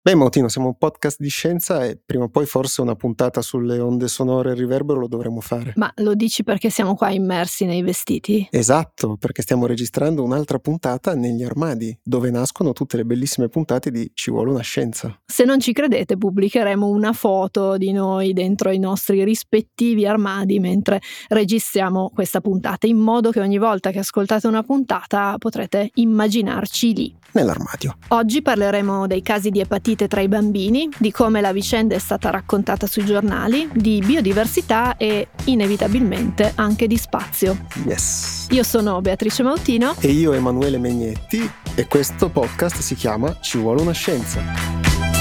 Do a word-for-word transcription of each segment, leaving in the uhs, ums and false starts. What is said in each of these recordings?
Beh, Mautino, siamo un podcast di scienza e prima o poi forse una puntata sulle onde sonore e il riverbero lo dovremo fare. Ma lo dici perché siamo qua immersi nei vestiti? Esatto, perché stiamo registrando un'altra puntata negli armadi, dove nascono tutte le bellissime puntate di Ci vuole una scienza. Se non ci credete, pubblicheremo una foto di noi dentro i nostri rispettivi armadi mentre registriamo questa puntata, in modo che ogni volta che ascoltate una puntata potrete immaginarci lì. Nell'armadio. Oggi parleremo dei casi di epatite tra i bambini, di come la vicenda è stata raccontata sui giornali, di biodiversità e inevitabilmente anche di spazio. Yes. Io sono Beatrice Mautino. E io Emanuele Megnetti e questo podcast si chiama Ci vuole una scienza.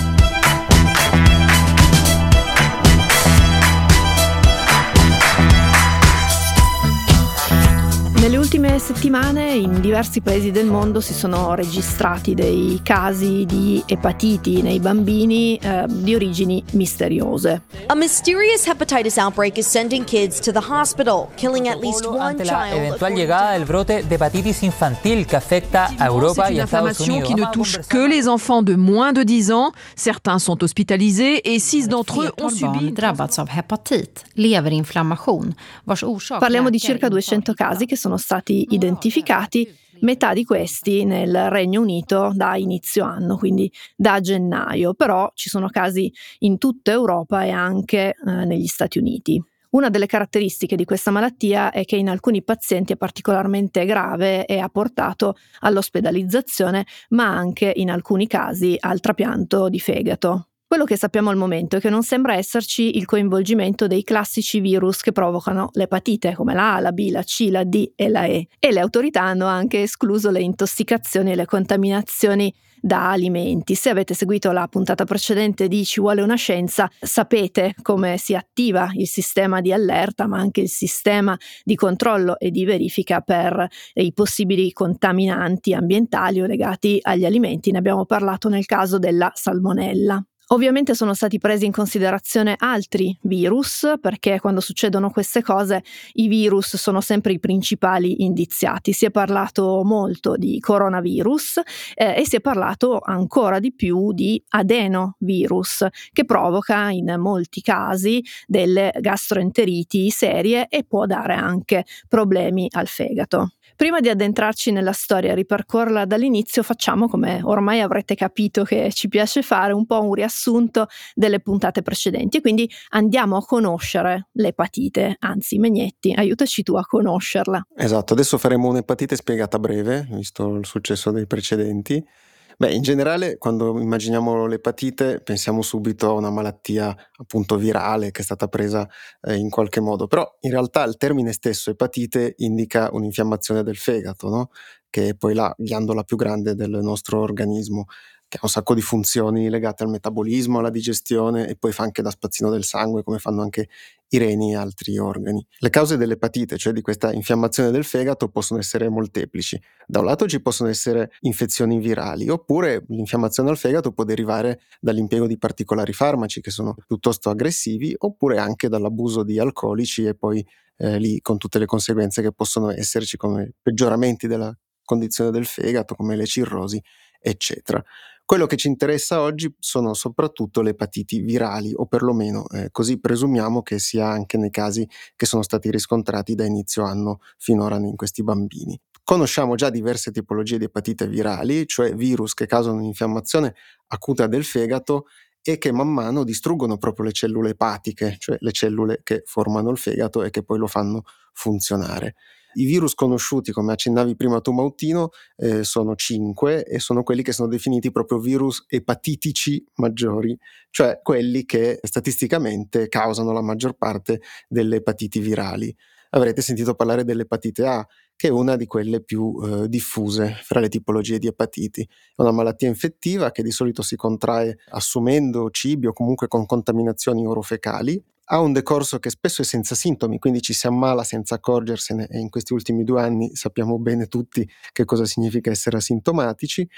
Nelle ultime settimane in diversi paesi del mondo si sono registrati dei casi di epatiti nei bambini eh, di origini misteriose. A mysterious hepatitis outbreak is sending kids to the hospital, killing at least one ante child. la eventual llegada del brote de hepatitis infantil que afecta a Europa y a Estados Unidos. Qui ne touche que les enfants de moins de dix ans. Certains sont hospitalisés et six d'entre eux ont subi. drabbats av hepatit, leverinflammation, vars orsak. Parliamo di circa duecento casi che sono stati identificati, metà di questi nel Regno Unito da inizio anno, quindi da gennaio, però ci sono casi in tutta Europa e anche eh, negli Stati Uniti. Una delle caratteristiche di questa malattia è che in alcuni pazienti è particolarmente grave e ha portato all'ospedalizzazione, ma anche in alcuni casi al trapianto di fegato. Quello che sappiamo al momento è che non sembra esserci il coinvolgimento dei classici virus che provocano l'epatite, come la A, la B, la C, la D e la E. E le autorità hanno anche escluso le intossicazioni e le contaminazioni da alimenti. Se avete seguito la puntata precedente di Ci vuole una scienza, sapete come si attiva il sistema di allerta, ma anche il sistema di controllo e di verifica per i possibili contaminanti ambientali o legati agli alimenti. Ne abbiamo parlato nel caso della salmonella. Ovviamente sono stati presi in considerazione altri virus, perché quando succedono queste cose i virus sono sempre i principali indiziati. Si è parlato molto di coronavirus eh, e si è parlato ancora di più di adenovirus, che provoca in molti casi delle gastroenteriti serie e può dare anche problemi al fegato. Prima di addentrarci nella storia e ripercorrerla dall'inizio, facciamo, come ormai avrete capito che ci piace fare, un po' un riassunto delle puntate precedenti e quindi andiamo a conoscere l'epatite. Anzi, Megnetti, aiutaci tu a conoscerla. Esatto, adesso faremo un'epatite spiegata breve, visto il successo dei precedenti. Beh, in generale, quando immaginiamo l'epatite pensiamo subito a una malattia appunto virale che è stata presa eh, in qualche modo, però in realtà il termine stesso epatite indica un'infiammazione del fegato, no? Che è poi la ghiandola più grande del nostro organismo, che ha un sacco di funzioni legate al metabolismo, alla digestione e poi fa anche da spazzino del sangue, come fanno anche i reni e altri organi. Le cause dell'epatite, cioè di questa infiammazione del fegato, possono essere molteplici. Da un lato ci possono essere infezioni virali, oppure l'infiammazione al fegato può derivare dall'impiego di particolari farmaci che sono piuttosto aggressivi, oppure anche dall'abuso di alcolici e poi eh, lì con tutte le conseguenze che possono esserci, come peggioramenti della condizione del fegato, come le cirrosi, eccetera. Quello che ci interessa oggi sono soprattutto le epatiti virali, o perlomeno eh, così presumiamo che sia anche nei casi che sono stati riscontrati da inizio anno finora in questi bambini. Conosciamo già diverse tipologie di epatite virali, cioè virus che causano un'infiammazione acuta del fegato e che man mano distruggono proprio le cellule epatiche, cioè le cellule che formano il fegato e che poi lo fanno funzionare. I virus conosciuti, come accennavi prima tu Mautino, eh, sono cinque e sono quelli che sono definiti proprio virus epatitici maggiori, cioè quelli che statisticamente causano la maggior parte delle epatiti virali. Avrete sentito parlare dell'epatite A, che è una di quelle più eh, diffuse fra le tipologie di epatiti. È una malattia infettiva che di solito si contrae assumendo cibi o comunque con contaminazioni orofecali. Ha un decorso che spesso è senza sintomi, quindi ci si ammala senza accorgersene e in questi ultimi due anni sappiamo bene tutti che cosa significa essere asintomatici.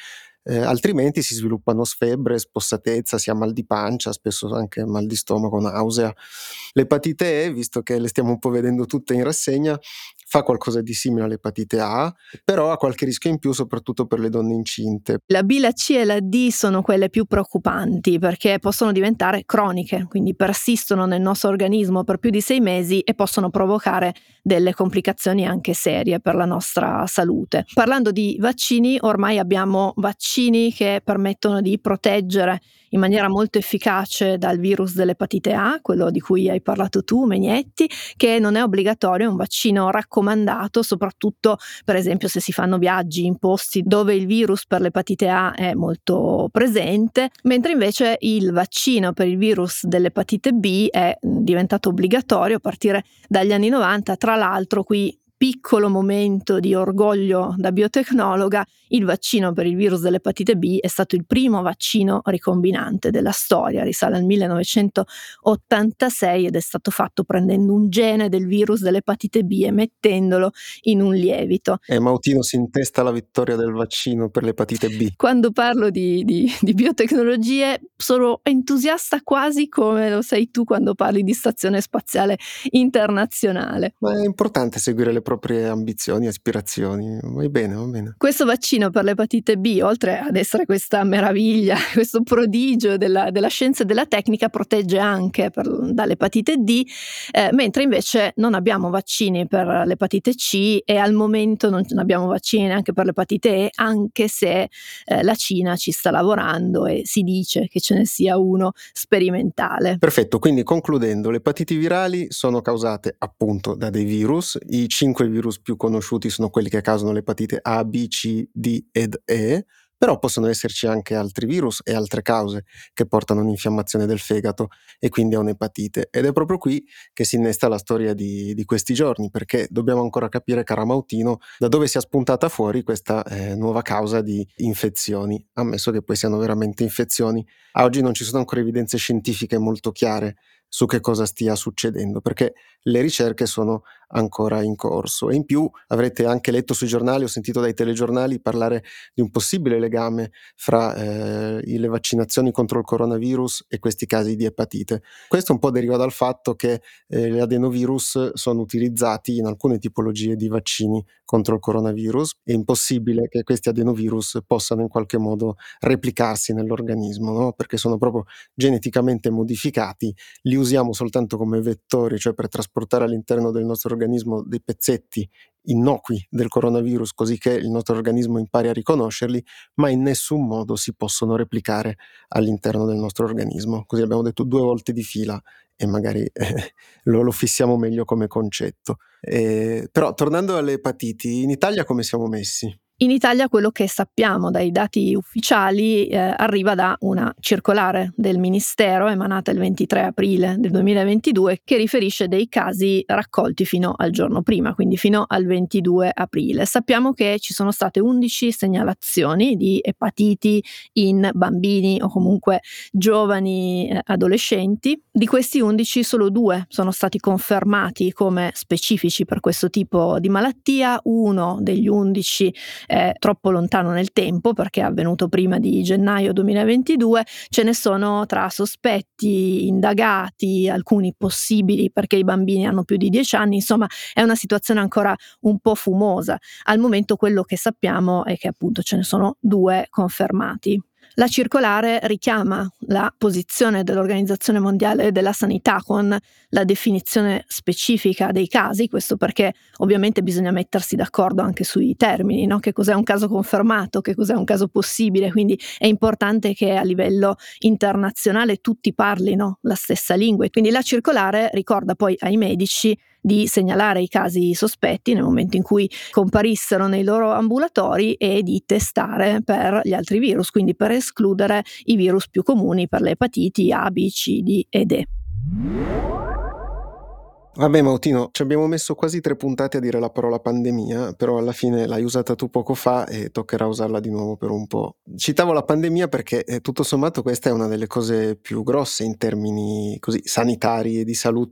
Eh, altrimenti si sviluppano febbre, spossatezza, si ha mal di pancia, spesso anche mal di stomaco, nausea. L'epatite E, visto che le stiamo un po' vedendo tutte in rassegna, fa qualcosa di simile all'epatite A, però ha qualche rischio in più, soprattutto per le donne incinte. La B, la C e la D sono quelle più preoccupanti perché possono diventare croniche, quindi persistono nel nostro organismo per più di sei mesi e possono provocare delle complicazioni anche serie per la nostra salute. Parlando di vaccini, ormai abbiamo vaccini che permettono di proteggere in maniera molto efficace dal virus dell'epatite A, quello di cui hai parlato tu, Megnetti, che non è obbligatorio, è un vaccino raccomandato, soprattutto per esempio se si fanno viaggi in posti dove il virus per l'epatite A è molto presente, mentre invece il vaccino per il virus dell'epatite B è diventato obbligatorio a partire dagli anni novanta. Tra l'altro, qui piccolo momento di orgoglio da biotecnologa, il vaccino per il virus dell'epatite B è stato il primo vaccino ricombinante della storia, risale al millenovecentottantasei ed è stato fatto prendendo un gene del virus dell'epatite B e mettendolo in un lievito. E Mautino si intesta la vittoria del vaccino per l'epatite B. Quando parlo di, di, di biotecnologie sono entusiasta quasi come lo sei tu quando parli di stazione spaziale internazionale. Ma è importante seguire le proprie ambizioni e aspirazioni, vai bene, va bene. Questo vaccino per l'epatite B, oltre ad essere questa meraviglia, questo prodigio della, della scienza e della tecnica, protegge anche per, dall'epatite D, eh, mentre invece non abbiamo vaccini per l'epatite C e al momento non abbiamo vaccini neanche per l'epatite E, anche se eh, la Cina ci sta lavorando e si dice che ce ne sia uno sperimentale. Perfetto, quindi concludendo, le epatiti virali sono causate appunto da dei virus. I cinque virus più conosciuti sono quelli che causano l'epatite A, B, C, D ed E, però possono esserci anche altri virus e altre cause che portano a un'infiammazione del fegato e quindi a un'epatite. Ed è proprio qui che si innesta la storia di, di questi giorni, perché dobbiamo ancora capire, cara Mautino, da dove sia spuntata fuori questa eh, nuova causa di infezioni, ammesso che poi siano veramente infezioni. A oggi non ci sono ancora evidenze scientifiche molto chiare su che cosa stia succedendo, perché le ricerche sono ancora in corso. E in più avrete anche letto sui giornali, ho sentito dai telegiornali parlare di un possibile legame fra eh, le vaccinazioni contro il coronavirus e questi casi di epatite. Questo un po' deriva dal fatto che eh, gli adenovirus sono utilizzati in alcune tipologie di vaccini contro il coronavirus. È impossibile che questi adenovirus possano in qualche modo replicarsi nell'organismo, no? Perché sono proprio geneticamente modificati, li usiamo soltanto come vettori, cioè per trasportare all'interno del nostro organismo dei pezzetti innocui del coronavirus, così che il nostro organismo impari a riconoscerli, ma in nessun modo si possono replicare all'interno del nostro organismo. Così abbiamo detto due volte di fila e magari eh, lo, lo fissiamo meglio come concetto. Eh, però tornando alle epatiti, in Italia come siamo messi? In Italia quello che sappiamo dai dati ufficiali eh, arriva da una circolare del Ministero emanata il ventitré aprile del duemilaventidue che riferisce dei casi raccolti fino al giorno prima, quindi fino al ventidue aprile. Sappiamo che ci sono state undici segnalazioni di epatiti in bambini o comunque giovani eh, adolescenti. Di questi undici solo due sono stati confermati come specifici per questo tipo di malattia. Uno degli undici è troppo lontano nel tempo perché è avvenuto prima di gennaio duemilaventidue, ce ne sono tra sospetti, indagati, alcuni possibili perché i bambini hanno più di dieci anni, insomma è una situazione ancora un po' fumosa. Al momento quello che sappiamo è che appunto ce ne sono due confermati. La circolare richiama la posizione dell'Organizzazione Mondiale della Sanità con la definizione specifica dei casi, questo perché ovviamente bisogna mettersi d'accordo anche sui termini, no? Che cos'è un caso confermato, che cos'è un caso possibile, quindi è importante che a livello internazionale tutti parlino la stessa lingua. Quindi la circolare ricorda poi ai medici di segnalare i casi sospetti nel momento in cui comparissero nei loro ambulatori e di testare per gli altri virus, quindi per escludere i virus più comuni per le epatiti A, B, C, D ed E. Vabbè Mautino, ci abbiamo messo quasi tre puntate a dire la parola pandemia, però alla fine l'hai usata tu poco fa e toccherà usarla di nuovo per un po'. Citavo la pandemia perché eh, tutto sommato questa è una delle cose più grosse in termini così sanitari e di salute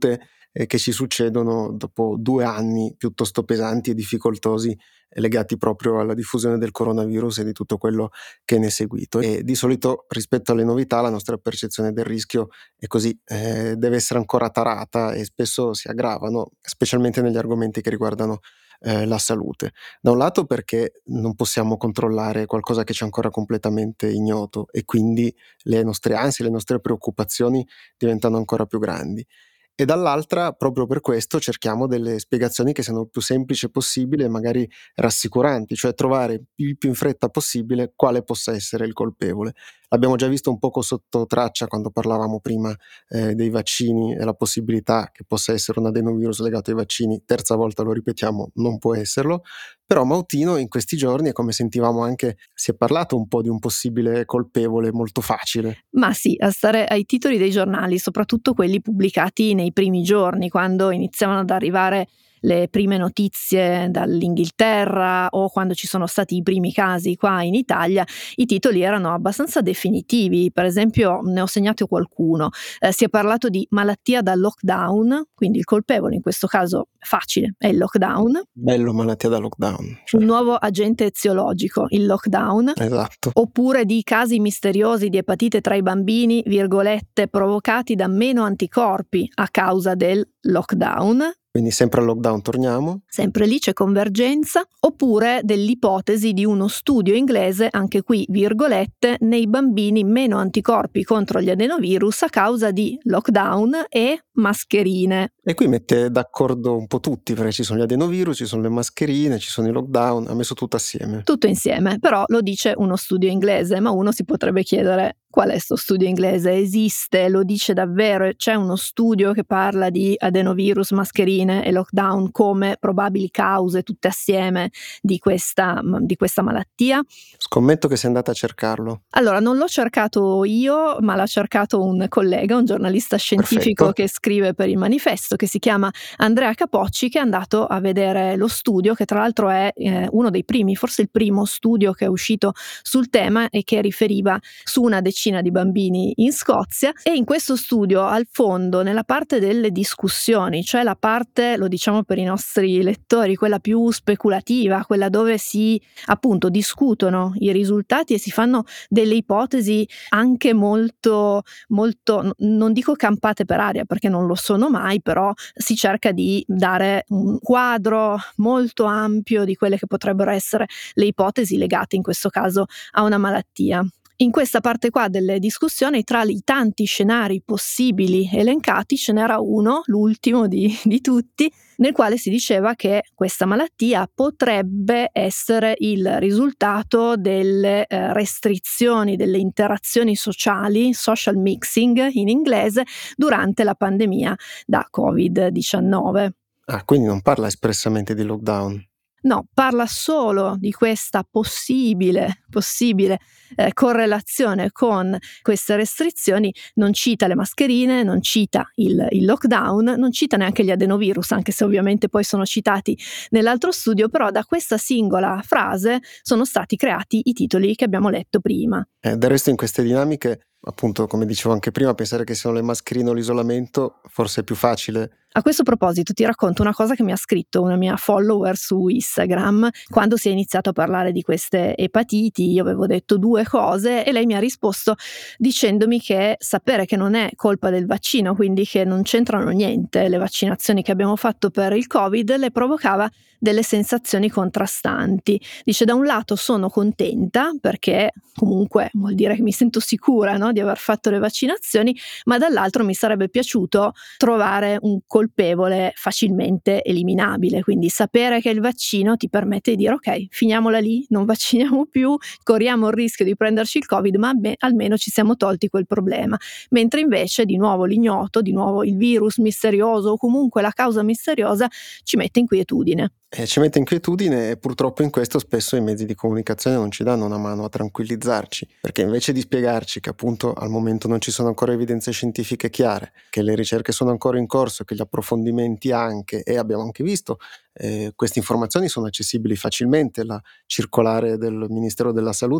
eh, che ci succedono dopo due anni piuttosto pesanti e difficoltosi legati proprio alla diffusione del coronavirus e di tutto quello che ne è seguito. E di solito rispetto alle novità la nostra percezione del rischio è così, eh, deve essere ancora tarata e spesso si aggravano, specialmente negli argomenti che riguardano eh, la salute. Da un lato perché non possiamo controllare qualcosa che ci è ancora completamente ignoto e quindi le nostre ansie, le nostre preoccupazioni diventano ancora più grandi. E dall'altra, proprio per questo, cerchiamo delle spiegazioni che siano più semplici possibile e magari rassicuranti, cioè trovare il più in fretta possibile quale possa essere il colpevole. L'abbiamo già visto un poco sotto traccia quando parlavamo prima eh, dei vaccini e la possibilità che possa essere un adenovirus legato ai vaccini, terza volta lo ripetiamo, non può esserlo, però Mautino in questi giorni, e come sentivamo anche, si è parlato un po' di un possibile colpevole molto facile. Ma sì, a stare ai titoli dei giornali, soprattutto quelli pubblicati nei primi giorni, quando iniziavano ad arrivare le prime notizie dall'Inghilterra o quando ci sono stati i primi casi qua in Italia, i titoli erano abbastanza definitivi. Per esempio, ne ho segnato qualcuno. Eh, si è parlato di malattia da lockdown, quindi il colpevole in questo caso facile è il lockdown. Bello, malattia da lockdown. Cioè. Un nuovo agente eziologico, il lockdown. Esatto. Oppure di casi misteriosi di epatite tra i bambini, virgolette, provocati da meno anticorpi a causa del lockdown. Quindi sempre al lockdown torniamo. Sempre lì c'è convergenza. Oppure dell'ipotesi di uno studio inglese, anche qui virgolette, nei bambini meno anticorpi contro gli adenovirus a causa di lockdown e mascherine. E qui mette d'accordo un po' tutti, perché ci sono gli adenovirus, ci sono le mascherine, ci sono i lockdown, ha messo tutto assieme. Tutto insieme, però lo dice uno studio inglese, ma uno si potrebbe chiedere: qual è sto studio inglese? Esiste? Lo dice davvero? C'è uno studio che parla di adenovirus, mascherine e lockdown come probabili cause tutte assieme di questa, di questa malattia? Scommetto che sei andata a cercarlo. Allora, non l'ho cercato io, ma l'ha cercato un collega, un giornalista scientifico Perfetto. che scrive per il Manifesto, che si chiama Andrea Capocci, che è andato a vedere lo studio, che tra l'altro è eh, uno dei primi, forse il primo studio che è uscito sul tema e che riferiva su una decina di bambini in Scozia. E in questo studio, al fondo, nella parte delle discussioni, cioè la parte, lo diciamo per i nostri lettori, quella più speculativa, quella dove si appunto discutono i risultati e si fanno delle ipotesi anche molto, molto, non dico campate per aria perché non lo sono mai, però si cerca di dare un quadro molto ampio di quelle che potrebbero essere le ipotesi legate in questo caso a una malattia. In questa parte qua delle discussioni, tra i tanti scenari possibili elencati, ce n'era uno, l'ultimo di, di tutti, nel quale si diceva che questa malattia potrebbe essere il risultato delle eh, restrizioni, delle interazioni sociali, social mixing in inglese, durante la pandemia da covid diciannove. Ah, quindi non parla espressamente di lockdown. No, parla solo di questa possibile, possibile eh, correlazione con queste restrizioni, non cita le mascherine, non cita il, il lockdown, non cita neanche gli adenovirus, anche se ovviamente poi sono citati nell'altro studio, però da questa singola frase sono stati creati i titoli che abbiamo letto prima. Eh, del resto in queste dinamiche, appunto, come dicevo anche prima, pensare che siano le mascherine o l'isolamento forse è più facile. A questo proposito ti racconto una cosa che mi ha scritto una mia follower su Instagram quando si è iniziato a parlare di queste epatiti. Io avevo detto due cose e lei mi ha risposto dicendomi che sapere che non è colpa del vaccino, quindi che non c'entrano niente le vaccinazioni che abbiamo fatto per il Covid, le provocava delle sensazioni contrastanti. Dice: da un lato sono contenta perché comunque vuol dire che mi sento sicura, no, di aver fatto le vaccinazioni, ma dall'altro mi sarebbe piaciuto trovare un colpevole facilmente eliminabile, quindi sapere che il vaccino ti permette di dire ok, finiamola lì, non vacciniamo più, corriamo il rischio di prenderci il Covid, ma beh, almeno ci siamo tolti quel problema. Mentre invece di nuovo l'ignoto, di nuovo il virus misterioso o comunque la causa misteriosa ci mette inquietudine. Eh, ci mette inquietudine e purtroppo in questo spesso i mezzi di comunicazione non ci danno una mano a tranquillizzarci, perché invece di spiegarci che appunto al momento non ci sono ancora evidenze scientifiche chiare, che le ricerche sono ancora in corso, che gli approfondimenti anche, e abbiamo anche visto eh, queste informazioni sono accessibili facilmente, la circolare del Ministero della Salute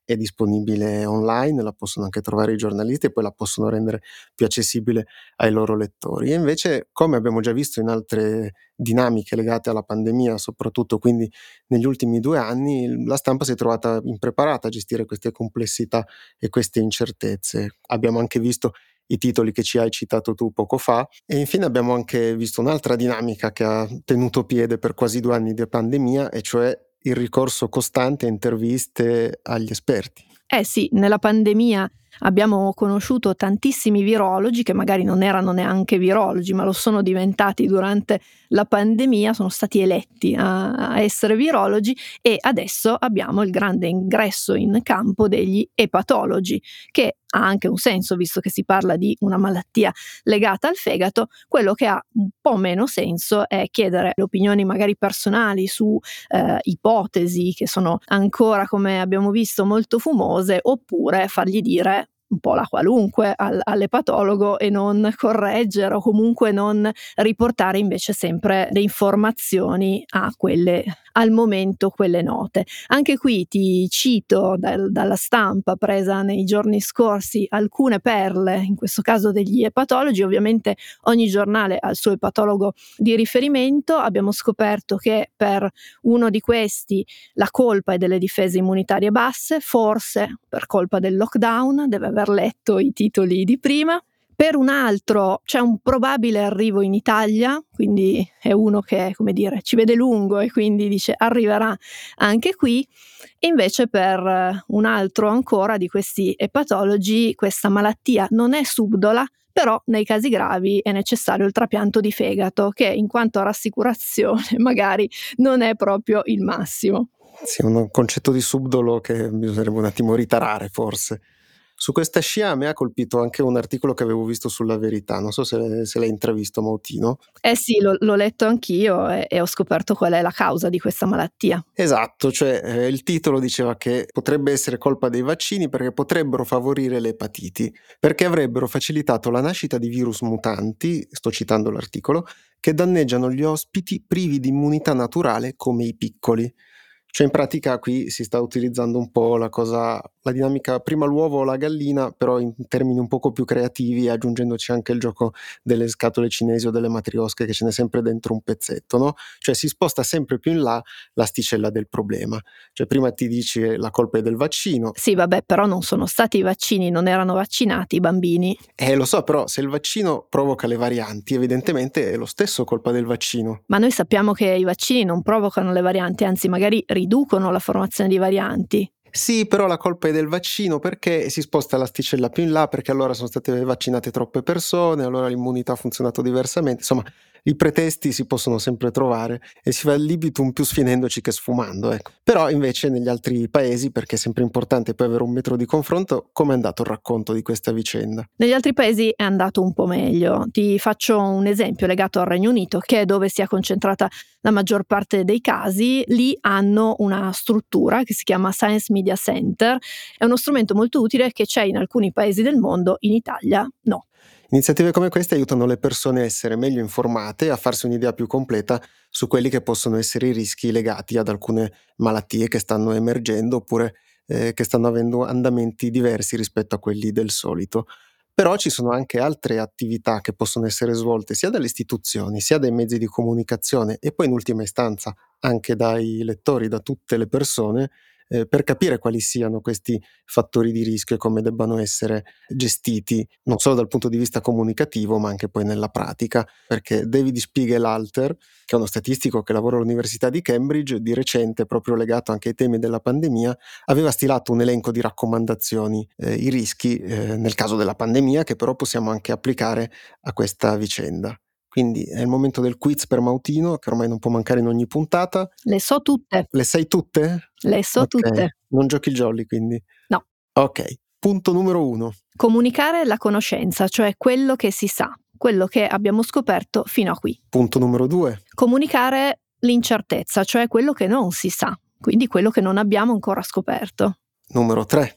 è disponibile online, la possono anche trovare i giornalisti e poi la possono rendere più accessibile ai loro lettori. E invece, come abbiamo già visto in altre dinamiche legate alla pandemia, soprattutto quindi negli ultimi due anni, la stampa si è trovata impreparata a gestire queste complessità e queste incertezze. Abbiamo anche visto i titoli che ci hai citato tu poco fa e infine abbiamo anche visto un'altra dinamica che ha tenuto piede per quasi due anni di pandemia, e cioè il ricorso costante a interviste agli esperti. Eh sì, nella pandemia abbiamo conosciuto tantissimi virologi che magari non erano neanche virologi, ma lo sono diventati durante la pandemia, sono stati eletti a, a essere virologi, e adesso abbiamo il grande ingresso in campo degli epatologi, che ha anche un senso visto che si parla di una malattia legata al fegato. Quello che ha un po' meno senso è chiedere le opinioni magari personali su eh, ipotesi che sono ancora, come abbiamo visto, molto fumose, oppure fargli dire un po' la qualunque al, all'epatologo e non correggere o comunque non riportare invece sempre le informazioni a quelle al momento, quelle note. Anche qui ti cito dal, dalla stampa presa nei giorni scorsi alcune perle, in questo caso degli epatologi. Ovviamente ogni giornale ha il suo epatologo di riferimento. Abbiamo scoperto che per uno di questi la colpa è delle difese immunitarie basse, forse per colpa del lockdown, deve aver letto i titoli di prima. Per un altro c'è un probabile arrivo in Italia, quindi è uno che, come dire, ci vede lungo e quindi dice arriverà anche qui. E invece per un altro ancora di questi epatologi questa malattia non è subdola, però nei casi gravi è necessario il trapianto di fegato, che in quanto a rassicurazione magari non è proprio il massimo. Sì, un concetto di subdolo che bisognerebbe un attimo ritarare forse. Su questa scia mi ha colpito anche un articolo che avevo visto sulla Verità, non so se, se l'hai intravisto, Mautino. Eh sì, lo, l'ho letto anch'io e, e ho scoperto qual è la causa di questa malattia. Esatto, cioè eh, il titolo diceva che potrebbe essere colpa dei vaccini perché potrebbero favorire le epatiti, perché avrebbero facilitato la nascita di virus mutanti, sto citando l'articolo, che danneggiano gli ospiti privi di immunità naturale come i piccoli. Cioè in pratica qui si sta utilizzando un po' la cosa, la dinamica prima l'uovo o la gallina, però in termini un poco più creativi, aggiungendoci anche il gioco delle scatole cinesi o delle matriosche, che ce n'è sempre dentro un pezzetto, no? Cioè si sposta sempre più in là l'asticella del problema. Cioè prima ti dici che la colpa è del vaccino. Sì, vabbè, però non sono stati i vaccini, non erano vaccinati i bambini. Eh, lo so, però se il vaccino provoca le varianti, evidentemente è lo stesso colpa del vaccino. Ma noi sappiamo che i vaccini non provocano le varianti, anzi magari riducono la formazione di varianti. Sì, però la colpa è del vaccino perché si sposta l'asticella più in là, perché allora sono state vaccinate troppe persone, allora l'immunità ha funzionato diversamente. Insomma, i pretesti si possono sempre trovare e si va al libitum più sfinendoci che sfumando, ecco. Però invece negli altri paesi, perché è sempre importante poi avere un metro di confronto, come è andato il racconto di questa vicenda? Negli altri paesi è andato un po' meglio. Ti faccio un esempio legato al Regno Unito, che è dove si è concentrata la maggior parte dei casi. Lì hanno una struttura che si chiama Science Media Center, è uno strumento molto utile che c'è in alcuni paesi del mondo, in Italia no. Iniziative come queste aiutano le persone a essere meglio informate e a farsi un'idea più completa su quelli che possono essere i rischi legati ad alcune malattie che stanno emergendo oppure eh, che stanno avendo andamenti diversi rispetto a quelli del solito. Però ci sono anche altre attività che possono essere svolte sia dalle istituzioni, sia dai mezzi di comunicazione e poi in ultima istanza anche dai lettori, da tutte le persone, eh, per capire quali siano questi fattori di rischio e come debbano essere gestiti, non solo dal punto di vista comunicativo, ma anche poi nella pratica. Perché David Spiegelalter, che è uno statistico che lavora all'Università di Cambridge, di recente, proprio legato anche ai temi della pandemia, aveva stilato un elenco di raccomandazioni, eh, i rischi eh, nel caso della pandemia, che però possiamo anche applicare a questa vicenda. Quindi è il momento del quiz per Mautino, che ormai non può mancare in ogni puntata. Le so tutte. Le sai tutte? Le so Ok. tutte. Non giochi il jolly, quindi? No. Ok. Punto numero uno. Comunicare la conoscenza, cioè quello che si sa, quello che abbiamo scoperto fino a qui. Punto numero due. Comunicare l'incertezza, cioè quello che non si sa, quindi quello che non abbiamo ancora scoperto. Numero tre.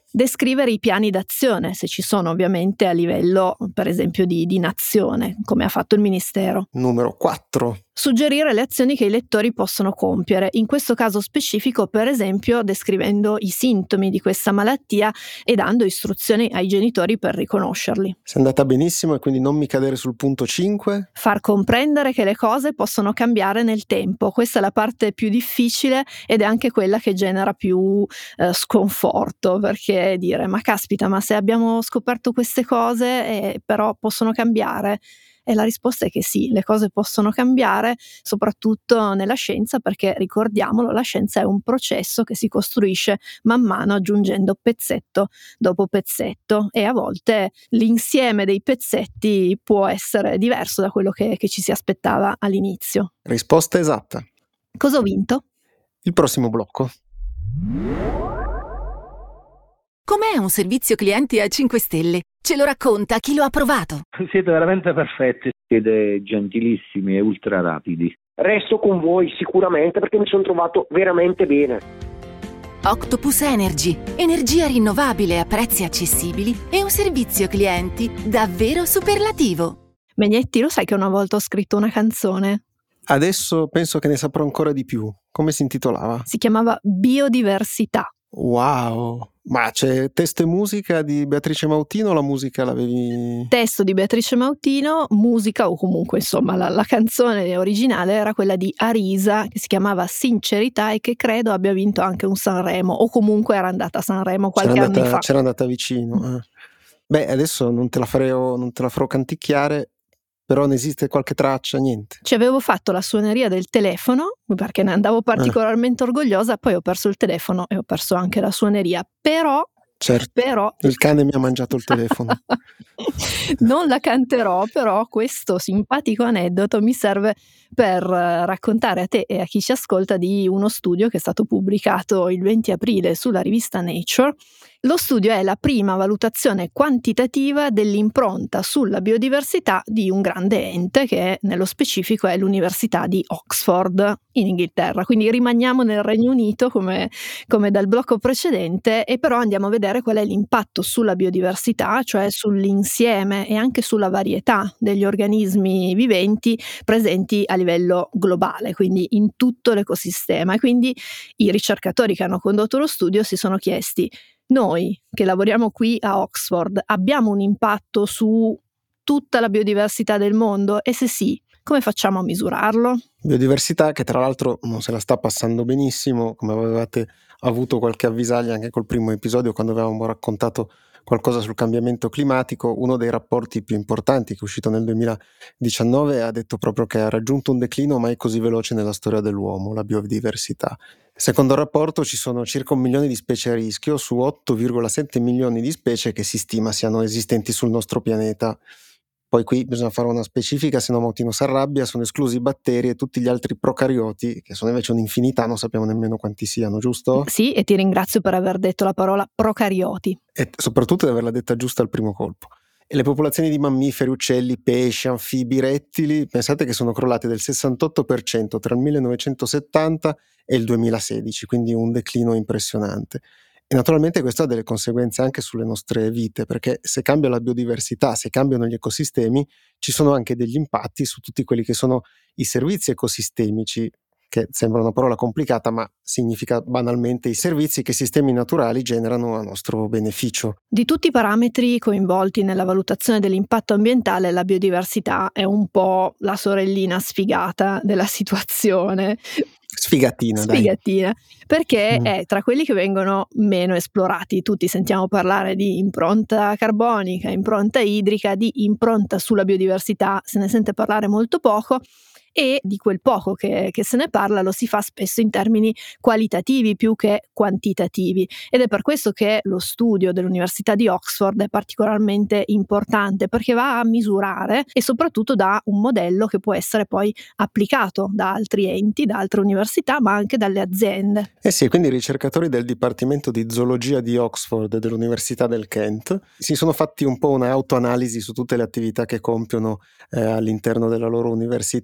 Descrivere i piani d'azione, se ci sono ovviamente a livello, per esempio, di, di nazione, come ha fatto il Ministero. Numero quattro. Suggerire le azioni che i lettori possono compiere, in questo caso specifico per esempio descrivendo i sintomi di questa malattia e dando istruzioni ai genitori per riconoscerli. Sei andata benissimo e quindi non mi cadere sul punto cinque. Far comprendere che le cose possono cambiare nel tempo, questa è la parte più difficile ed è anche quella che genera più eh, sconforto, perché dire ma caspita, ma se abbiamo scoperto queste cose eh, però possono cambiare? E la risposta è che sì, le cose possono cambiare, soprattutto nella scienza, perché ricordiamolo, la scienza è un processo che si costruisce man mano aggiungendo pezzetto dopo pezzetto e a volte l'insieme dei pezzetti può essere diverso da quello che, che ci si aspettava all'inizio. Risposta esatta. Cosa ho vinto? Il prossimo blocco. Com'è un servizio clienti a cinque stelle? Ce lo racconta chi lo ha provato. Siete veramente perfetti, siete gentilissimi e ultra rapidi. Resto con voi sicuramente perché mi sono trovato veramente bene. Octopus Energy, energia rinnovabile a prezzi accessibili e un servizio clienti davvero superlativo. Megnetti, lo sai che una volta ho scritto una canzone? Adesso penso che ne saprò ancora di più. Come si intitolava? Si chiamava Biodiversità. Wow! Ma c'è testo e musica di Beatrice Mautino o la musica l'avevi... Testo di Beatrice Mautino, musica o comunque insomma la, la canzone originale era quella di Arisa che si chiamava Sincerità e che credo abbia vinto anche un Sanremo o comunque era andata a Sanremo qualche c'era anno andata, fa. C'era andata vicino. Eh. Beh, adesso non te la farò, non te la farò canticchiare, però ne esiste qualche traccia, niente. Ci avevo fatto la suoneria del telefono perché ne andavo particolarmente eh. orgogliosa, poi ho perso il telefono e ho perso anche la suoneria, però certo, però il cane mi ha mangiato il telefono. Non la canterò, però questo simpatico aneddoto mi serve per raccontare a te e a chi ci ascolta di uno studio che è stato pubblicato il venti aprile sulla rivista Nature. Lo studio è la prima valutazione quantitativa dell'impronta sulla biodiversità di un grande ente che nello specifico è l'Università di Oxford in Inghilterra, quindi rimaniamo nel Regno Unito come, come dal blocco precedente e però andiamo a vedere qual è l'impatto sulla biodiversità, cioè sull'insieme e anche sulla varietà degli organismi viventi presenti a livello globale, quindi in tutto l'ecosistema. E quindi i ricercatori che hanno condotto lo studio si sono chiesti: noi che lavoriamo qui a Oxford abbiamo un impatto su tutta la biodiversità del mondo? E se sì, come facciamo a misurarlo? Biodiversità che tra l'altro non se la sta passando benissimo, come avevate avuto qualche avvisaglia anche col primo episodio quando avevamo raccontato qualcosa sul cambiamento climatico. Uno dei rapporti più importanti che è uscito nel duemiladiciannove ha detto proprio che ha raggiunto un declino mai così veloce nella storia dell'uomo, la biodiversità. Secondo il rapporto ci sono circa un milione di specie a rischio su otto virgola sette milioni di specie che si stima siano esistenti sul nostro pianeta. Poi qui bisogna fare una specifica, se no Mautino si arrabbia, sono esclusi i batteri e tutti gli altri procarioti, che sono invece un'infinità, non sappiamo nemmeno quanti siano, giusto? Sì, e ti ringrazio per aver detto la parola procarioti. E soprattutto di averla detta giusta al primo colpo. E le popolazioni di mammiferi, uccelli, pesci, anfibi, rettili, pensate che sono crollate del sessantotto per cento tra il millenovecentosettanta e il duemilasedici, quindi un declino impressionante. E naturalmente questo ha delle conseguenze anche sulle nostre vite, perché se cambia la biodiversità, se cambiano gli ecosistemi, ci sono anche degli impatti su tutti quelli che sono i servizi ecosistemici, che sembra una parola complicata, ma significa banalmente i servizi che i sistemi naturali generano a nostro beneficio. Di tutti i parametri coinvolti nella valutazione dell'impatto ambientale, la biodiversità è un po' la sorellina sfigata della situazione. Sfigatina, Sfigatina, dai. Perché mm. è tra quelli che vengono meno esplorati. Tutti sentiamo parlare di impronta carbonica, impronta idrica, di impronta sulla biodiversità, se ne sente parlare molto poco. E di quel poco che, che se ne parla lo si fa spesso in termini qualitativi più che quantitativi, ed è per questo che lo studio dell'Università di Oxford è particolarmente importante, perché va a misurare e soprattutto dà un modello che può essere poi applicato da altri enti, da altre università, ma anche dalle aziende. Eh sì, quindi i ricercatori del Dipartimento di Zoologia di Oxford e dell'Università del Kent si sono fatti un po' un'autoanalisi su tutte le attività che compiono eh, all'interno della loro università e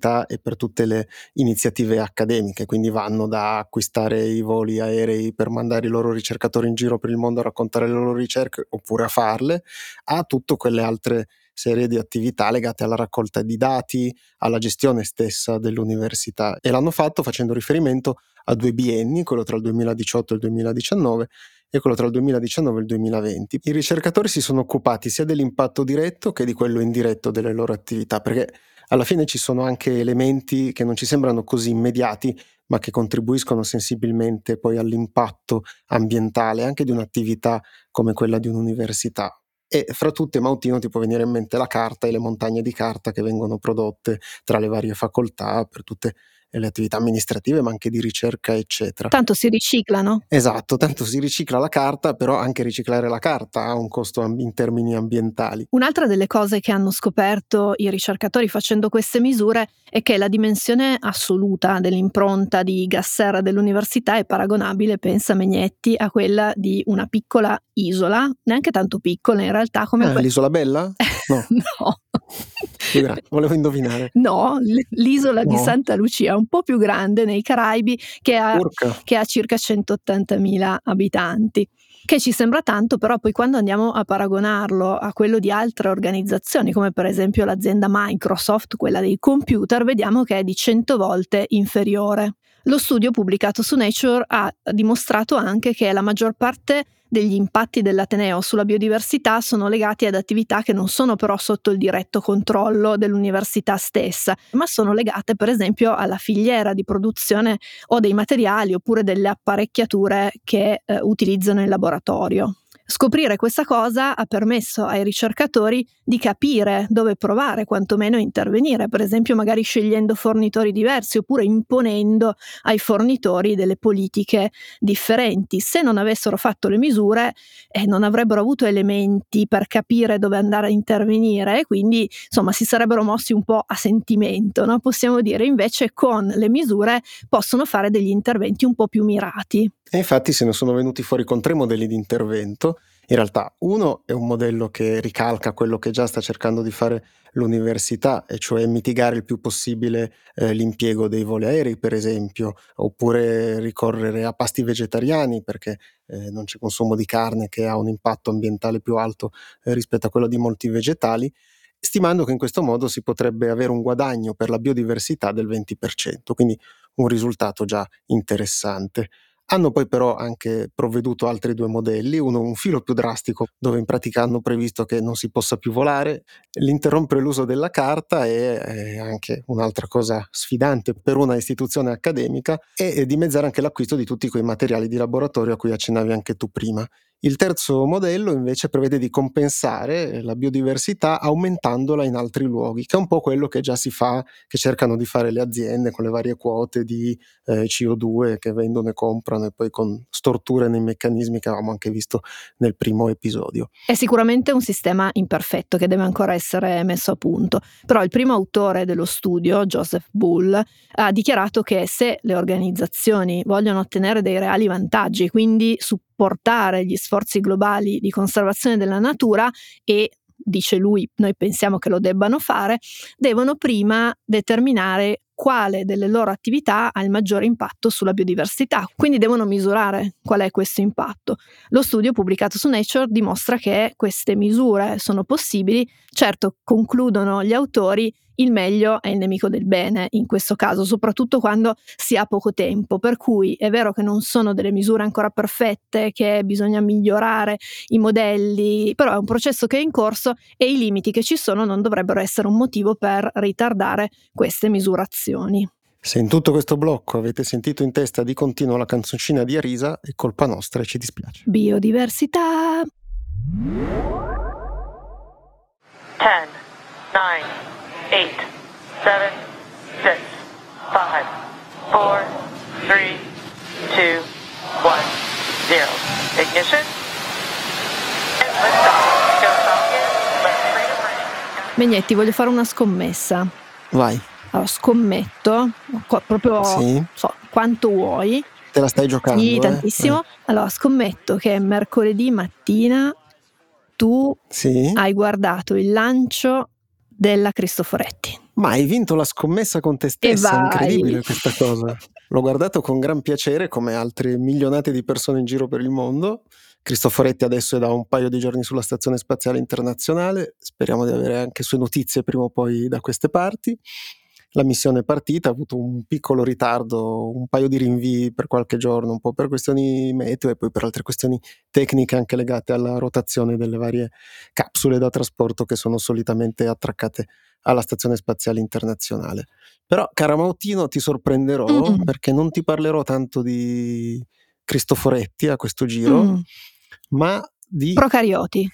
per tutte le iniziative accademiche, quindi vanno da acquistare i voli aerei per mandare i loro ricercatori in giro per il mondo a raccontare le loro ricerche oppure a farle, a tutte quelle altre serie di attività legate alla raccolta di dati, alla gestione stessa dell'università, e l'hanno fatto facendo riferimento a due bienni, quello tra il duemiladiciotto e il duemiladiciannove e quello tra il duemiladiciannove e il duemilaventi. I ricercatori si sono occupati sia dell'impatto diretto che di quello indiretto delle loro attività, perché alla fine ci sono anche elementi che non ci sembrano così immediati, ma che contribuiscono sensibilmente poi all'impatto ambientale anche di un'attività come quella di un'università. E fra tutte, Mautino, ti può venire in mente la carta e le montagne di carta che vengono prodotte tra le varie facoltà per tutte le attività amministrative, ma anche di ricerca, eccetera. Tanto si riciclano. Esatto, tanto si ricicla la carta, però anche riciclare la carta ha un costo in termini ambientali. Un'altra delle cose che hanno scoperto i ricercatori facendo queste misure è che la dimensione assoluta dell'impronta di gas serra dell'università è paragonabile, pensa Megnetti, a quella di una piccola isola, neanche tanto piccola in realtà come ah, que- l'isola Bella? No. No. Volevo indovinare. No, l'isola no. di Santa Lucia, un po' più grande nei Caraibi, che ha, che ha circa centottantamila abitanti. Che ci sembra tanto, però poi quando andiamo a paragonarlo a quello di altre organizzazioni, come per esempio l'azienda Microsoft, quella dei computer, vediamo che è di cento volte inferiore. Lo studio pubblicato su Nature ha dimostrato anche che la maggior parte degli impatti dell'Ateneo sulla biodiversità sono legati ad attività che non sono però sotto il diretto controllo dell'università stessa, ma sono legate per esempio alla filiera di produzione o dei materiali oppure delle apparecchiature che eh, utilizzano in laboratorio. Scoprire questa cosa ha permesso ai ricercatori di capire dove provare, quantomeno intervenire, per esempio magari scegliendo fornitori diversi oppure imponendo ai fornitori delle politiche differenti. Se non avessero fatto le misure eh, non avrebbero avuto elementi per capire dove andare a intervenire e quindi insomma si sarebbero mossi un po' a sentimento, no? Possiamo dire. Invece con le misure possono fare degli interventi un po' più mirati. E infatti se ne sono venuti fuori con tre modelli di intervento. In realtà uno è un modello che ricalca quello che già sta cercando di fare l'università, e cioè mitigare il più possibile eh, l'impiego dei voli aerei, per esempio, oppure ricorrere a pasti vegetariani perché eh, non c'è consumo di carne, che ha un impatto ambientale più alto eh, rispetto a quello di molti vegetali, stimando che in questo modo si potrebbe avere un guadagno per la biodiversità del venti per cento, quindi un risultato già interessante. Hanno poi però anche provveduto altri due modelli, uno un filo più drastico, dove in pratica hanno previsto che non si possa più volare, l'interrompere l'uso della carta e eh, anche un'altra cosa sfidante per una istituzione accademica, e dimezzare anche l'acquisto di tutti quei materiali di laboratorio a cui accennavi anche tu prima. Il terzo modello invece prevede di compensare la biodiversità aumentandola in altri luoghi, che è un po' quello che già si fa, che cercano di fare le aziende con le varie quote di eh, C O due che vendono e comprano, e poi con storture nei meccanismi che avevamo anche visto nel primo episodio. È sicuramente un sistema imperfetto che deve ancora essere messo a punto, però il primo autore dello studio, Joseph Bull, ha dichiarato che se le organizzazioni vogliono ottenere dei reali vantaggi, quindi supportare gli sforzi globali di conservazione della natura, e dice lui, noi pensiamo che lo debbano fare, devono prima determinare quale delle loro attività ha il maggiore impatto sulla biodiversità, quindi devono misurare qual è questo impatto. Lo studio pubblicato su Nature dimostra che queste misure sono possibili. Certo, concludono gli autori, il meglio è il nemico del bene in questo caso, soprattutto quando si ha poco tempo, per cui è vero che non sono delle misure ancora perfette, che bisogna migliorare i modelli, però è un processo che è in corso e i limiti che ci sono non dovrebbero essere un motivo per ritardare queste misurazioni. Se in tutto questo blocco avete sentito in testa di continuo la canzoncina di Arisa, è colpa nostra e ci dispiace. Biodiversità. ten, nine, eight, seven, six, five, four, three, two, one, zero. Ignition. And lift off. Go Falcon. Let freedom ring. Megnetti, voglio fare una scommessa. Vai. Allora, scommetto, proprio sì. so, quanto vuoi. Te la stai giocando? Sì, eh? tantissimo. Eh. Allora, scommetto che mercoledì mattina tu sì. hai guardato il lancio della Cristoforetti. Ma hai vinto la scommessa con te stessa, vai. Incredibile questa cosa. L'ho guardato con gran piacere, come altre milionate di persone in giro per il mondo. Cristoforetti adesso è da un paio di giorni sulla Stazione Spaziale Internazionale, speriamo di avere anche sue notizie prima o poi da queste parti. La missione è partita, ha avuto un piccolo ritardo, un paio di rinvii per qualche giorno, un po' per questioni meteo e poi per altre questioni tecniche anche legate alla rotazione delle varie capsule da trasporto che sono solitamente attraccate alla Stazione Spaziale Internazionale. Però, cara Mautino, ti sorprenderò mm. perché non ti parlerò tanto di Cristoforetti a questo giro, mm. ma di... Procarioti.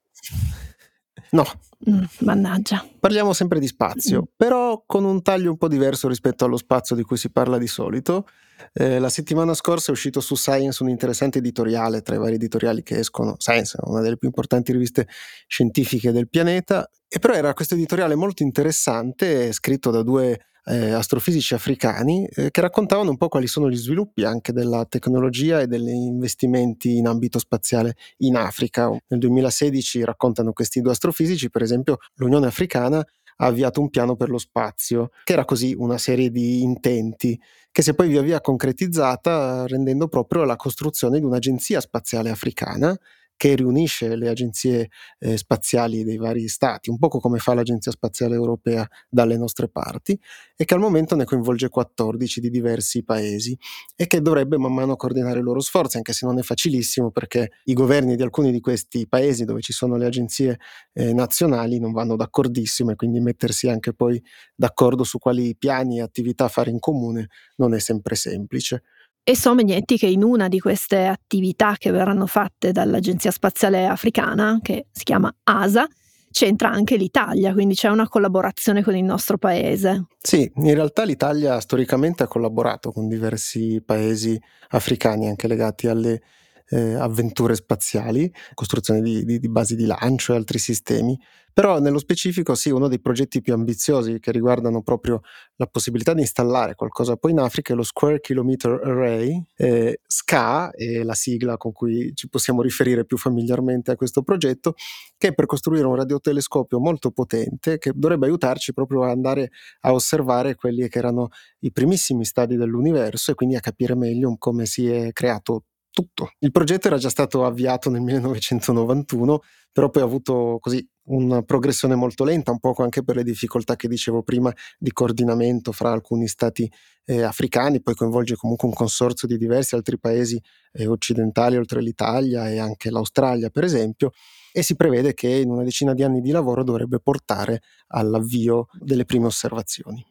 No. Mm, mannaggia. Parliamo sempre di spazio, mm. però con un taglio un po' diverso rispetto allo spazio di cui si parla di solito. Eh, la settimana scorsa è uscito su Science un interessante editoriale tra i vari editoriali che escono. Science è una delle più importanti riviste scientifiche del pianeta, e però era questo editoriale molto interessante scritto da due eh, astrofisici africani eh, che raccontavano un po' quali sono gli sviluppi anche della tecnologia e degli investimenti in ambito spaziale in Africa. Nel duemilasedici, raccontano questi due astrofisici, per esempio l'Unione Africana ha avviato un piano per lo spazio, che era così una serie di intenti che si è poi via via concretizzata rendendo proprio la costruzione di un'agenzia spaziale africana che riunisce le agenzie eh, spaziali dei vari stati, un poco come fa l'Agenzia Spaziale Europea dalle nostre parti, e che al momento ne coinvolge quattordici di diversi paesi e che dovrebbe man mano coordinare i loro sforzi, anche se non è facilissimo perché i governi di alcuni di questi paesi dove ci sono le agenzie eh, nazionali non vanno d'accordissimo, e quindi mettersi anche poi d'accordo su quali piani e attività fare in comune non è sempre semplice. E so, Megnetti, che in una di queste attività che verranno fatte dall'Agenzia Spaziale Africana, che si chiama A S A, c'entra anche l'Italia, quindi c'è una collaborazione con il nostro paese. Sì, in realtà l'Italia storicamente ha collaborato con diversi paesi africani anche legati alle eh, avventure spaziali, costruzione di, di, di basi di lancio e altri sistemi. Però nello specifico sì, uno dei progetti più ambiziosi che riguardano proprio la possibilità di installare qualcosa poi in Africa è lo Square Kilometer Array. eh, S C A è la sigla con cui ci possiamo riferire più familiarmente a questo progetto, che è per costruire un radiotelescopio molto potente che dovrebbe aiutarci proprio a andare a osservare quelli che erano i primissimi stadi dell'universo e quindi a capire meglio come si è creato tutto. Il progetto era già stato avviato nel millenovecentonovantuno, però poi ha avuto così una progressione molto lenta, un poco anche per le difficoltà che dicevo prima di coordinamento fra alcuni stati eh, africani. Poi coinvolge comunque un consorzio di diversi altri paesi eh, occidentali oltre l'Italia e anche l'Australia per esempio, e si prevede che in una decina di anni di lavoro dovrebbe portare all'avvio delle prime osservazioni.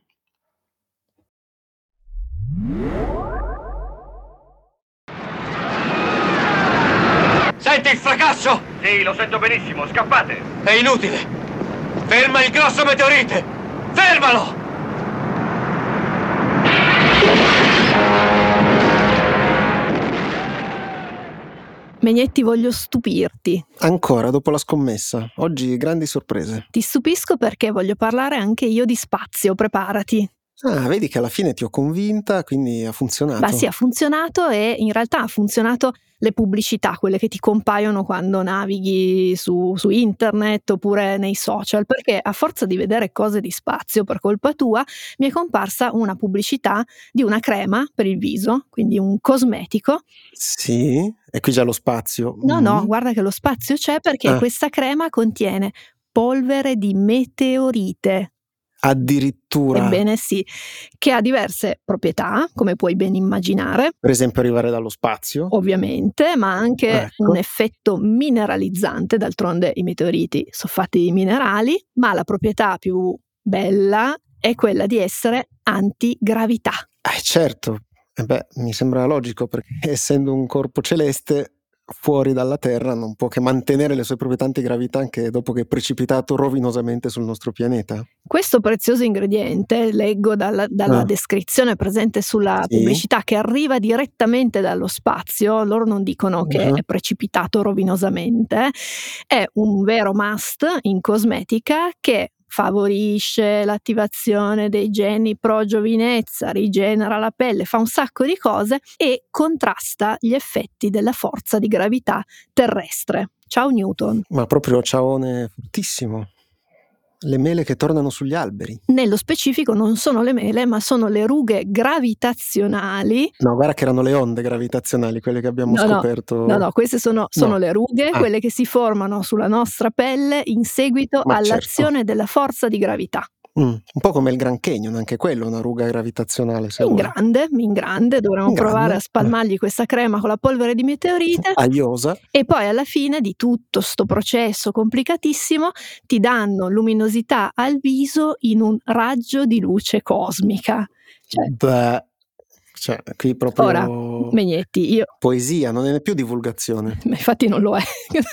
Senti il fracasso? Sì, lo sento benissimo, scappate! È inutile! Ferma il grosso meteorite! Fermalo! Megnetti, voglio stupirti. Ancora, dopo la scommessa. Oggi grandi sorprese. Ti stupisco perché voglio parlare anche io di spazio, preparati. Ah, vedi che alla fine ti ho convinta, quindi ha funzionato. Beh sì, ha funzionato, e in realtà ha funzionato le pubblicità, quelle che ti compaiono quando navighi su, su internet oppure nei social, perché a forza di vedere cose di spazio per colpa tua mi è comparsa una pubblicità di una crema per il viso, quindi un cosmetico. Sì, e qui già lo spazio. No, mm. no, guarda che lo spazio c'è perché ah. questa crema contiene polvere di meteorite. Addirittura. Ebbene sì, che ha diverse proprietà, come puoi ben immaginare. Per esempio arrivare dallo spazio. Ovviamente, ma anche ecco. un effetto mineralizzante, d'altronde i meteoriti sono fatti di minerali, ma la proprietà più bella è quella di essere antigravità. Eh certo, eh beh, mi sembra logico perché essendo un corpo celeste fuori dalla Terra non può che mantenere le sue proprietà antigravità anche dopo che è precipitato rovinosamente sul nostro pianeta. Questo prezioso ingrediente, leggo dalla, dalla ah. descrizione presente sulla sì. pubblicità, che arriva direttamente dallo spazio, loro non dicono che uh-huh. è precipitato rovinosamente, è un vero must in cosmetica che favorisce l'attivazione dei geni pro giovinezza, rigenera la pelle, fa un sacco di cose e contrasta gli effetti della forza di gravità terrestre. Ciao Newton. Ma proprio ciaone fortissimo. Le mele che tornano sugli alberi. Nello specifico non sono le mele, ma sono le rughe gravitazionali. No, guarda che erano le onde gravitazionali, quelle che abbiamo no, scoperto. No, no, queste sono, sono no. le rughe, ah. quelle che si formano sulla nostra pelle in seguito ma all'azione certo. della forza di gravità. Mm, un po' come il Grand Canyon, anche quello è una ruga gravitazionale. Se in vuoi. grande, in grande, dovremmo in provare grande. a spalmargli questa crema con la polvere di meteorite. Aiosa. E poi alla fine di tutto sto processo complicatissimo ti danno luminosità al viso in un raggio di luce cosmica. Cioè, Beh, cioè qui proprio ora, Megnetti, io poesia, non è più divulgazione. Infatti non lo è.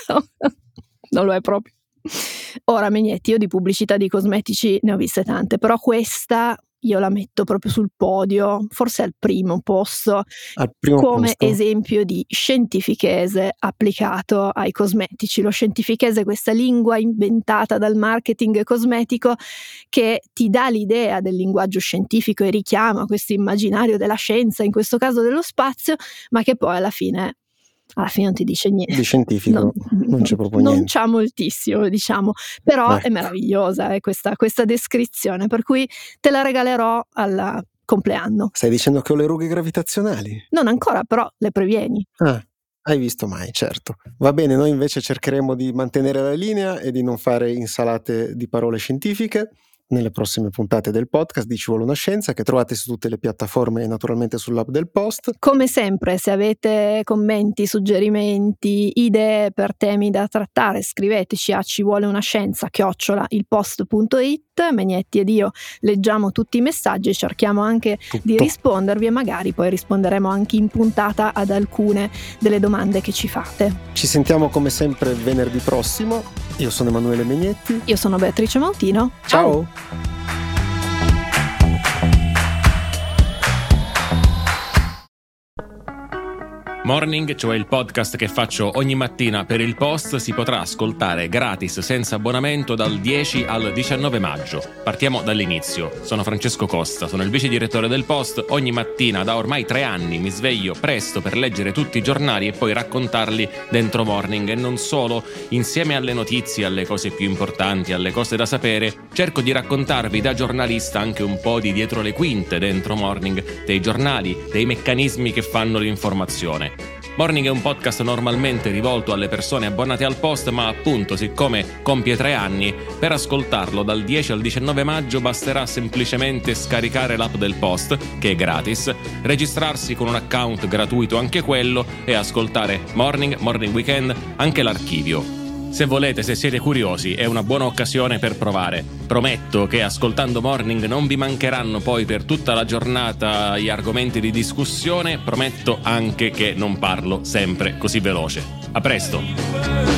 Non lo è proprio. Ora Megnetti, io di pubblicità di cosmetici ne ho viste tante, però questa io la metto proprio sul podio, forse al primo posto, al primo come posto. esempio di scientifichese applicato ai cosmetici. Lo scientifichese è questa lingua inventata dal marketing cosmetico che ti dà l'idea del linguaggio scientifico e richiama questo immaginario della scienza, in questo caso dello spazio, ma che poi alla fine alla fine non ti dice niente. Di scientifico non, non c'è proprio non niente. Non c'ha moltissimo, diciamo, però ecco. È meravigliosa eh, questa, questa descrizione, per cui te la regalerò al compleanno. Stai dicendo che ho le rughe gravitazionali? Non ancora, però le previeni. Ah, hai visto mai, certo. Va bene, noi invece cercheremo di mantenere la linea e di non fare insalate di parole scientifiche nelle prossime puntate del podcast di Ci vuole una scienza, che trovate su tutte le piattaforme e naturalmente sull'app del Post. Come sempre, se avete commenti, suggerimenti, idee per temi da trattare, scriveteci a ci vuole una scienza chiocciola ilpost punto it. Megnetti ed io leggiamo tutti i messaggi e cerchiamo anche Tutto. di rispondervi, e magari poi risponderemo anche in puntata ad alcune delle domande che ci fate. Ci sentiamo come sempre venerdì prossimo. Io sono Emanuele Megnetti. Io sono Beatrice Mautino. Ciao. Ciao. Morning, cioè il podcast che faccio ogni mattina per il Post, si potrà ascoltare gratis senza abbonamento dal dieci al diciannove maggio. Partiamo dall'inizio. Sono Francesco Costa, sono il vice direttore del Post. Ogni mattina da ormai tre anni mi sveglio presto per leggere tutti i giornali e poi raccontarli dentro Morning, e non solo. Insieme alle notizie, alle cose più importanti, alle cose da sapere, cerco di raccontarvi da giornalista anche un po' di dietro le quinte dentro Morning, dei giornali, dei meccanismi che fanno l'informazione. Morning è un podcast normalmente rivolto alle persone abbonate al Post, ma appunto, siccome compie tre anni, per ascoltarlo dal dieci al diciannove maggio basterà semplicemente scaricare l'app del Post, che è gratis, registrarsi con un account gratuito anche quello e ascoltare Morning, Morning Weekend, anche l'archivio. Se volete, se siete curiosi, è una buona occasione per provare. Prometto che ascoltando Morning non vi mancheranno poi per tutta la giornata gli argomenti di discussione. Prometto anche che non parlo sempre così veloce. A presto!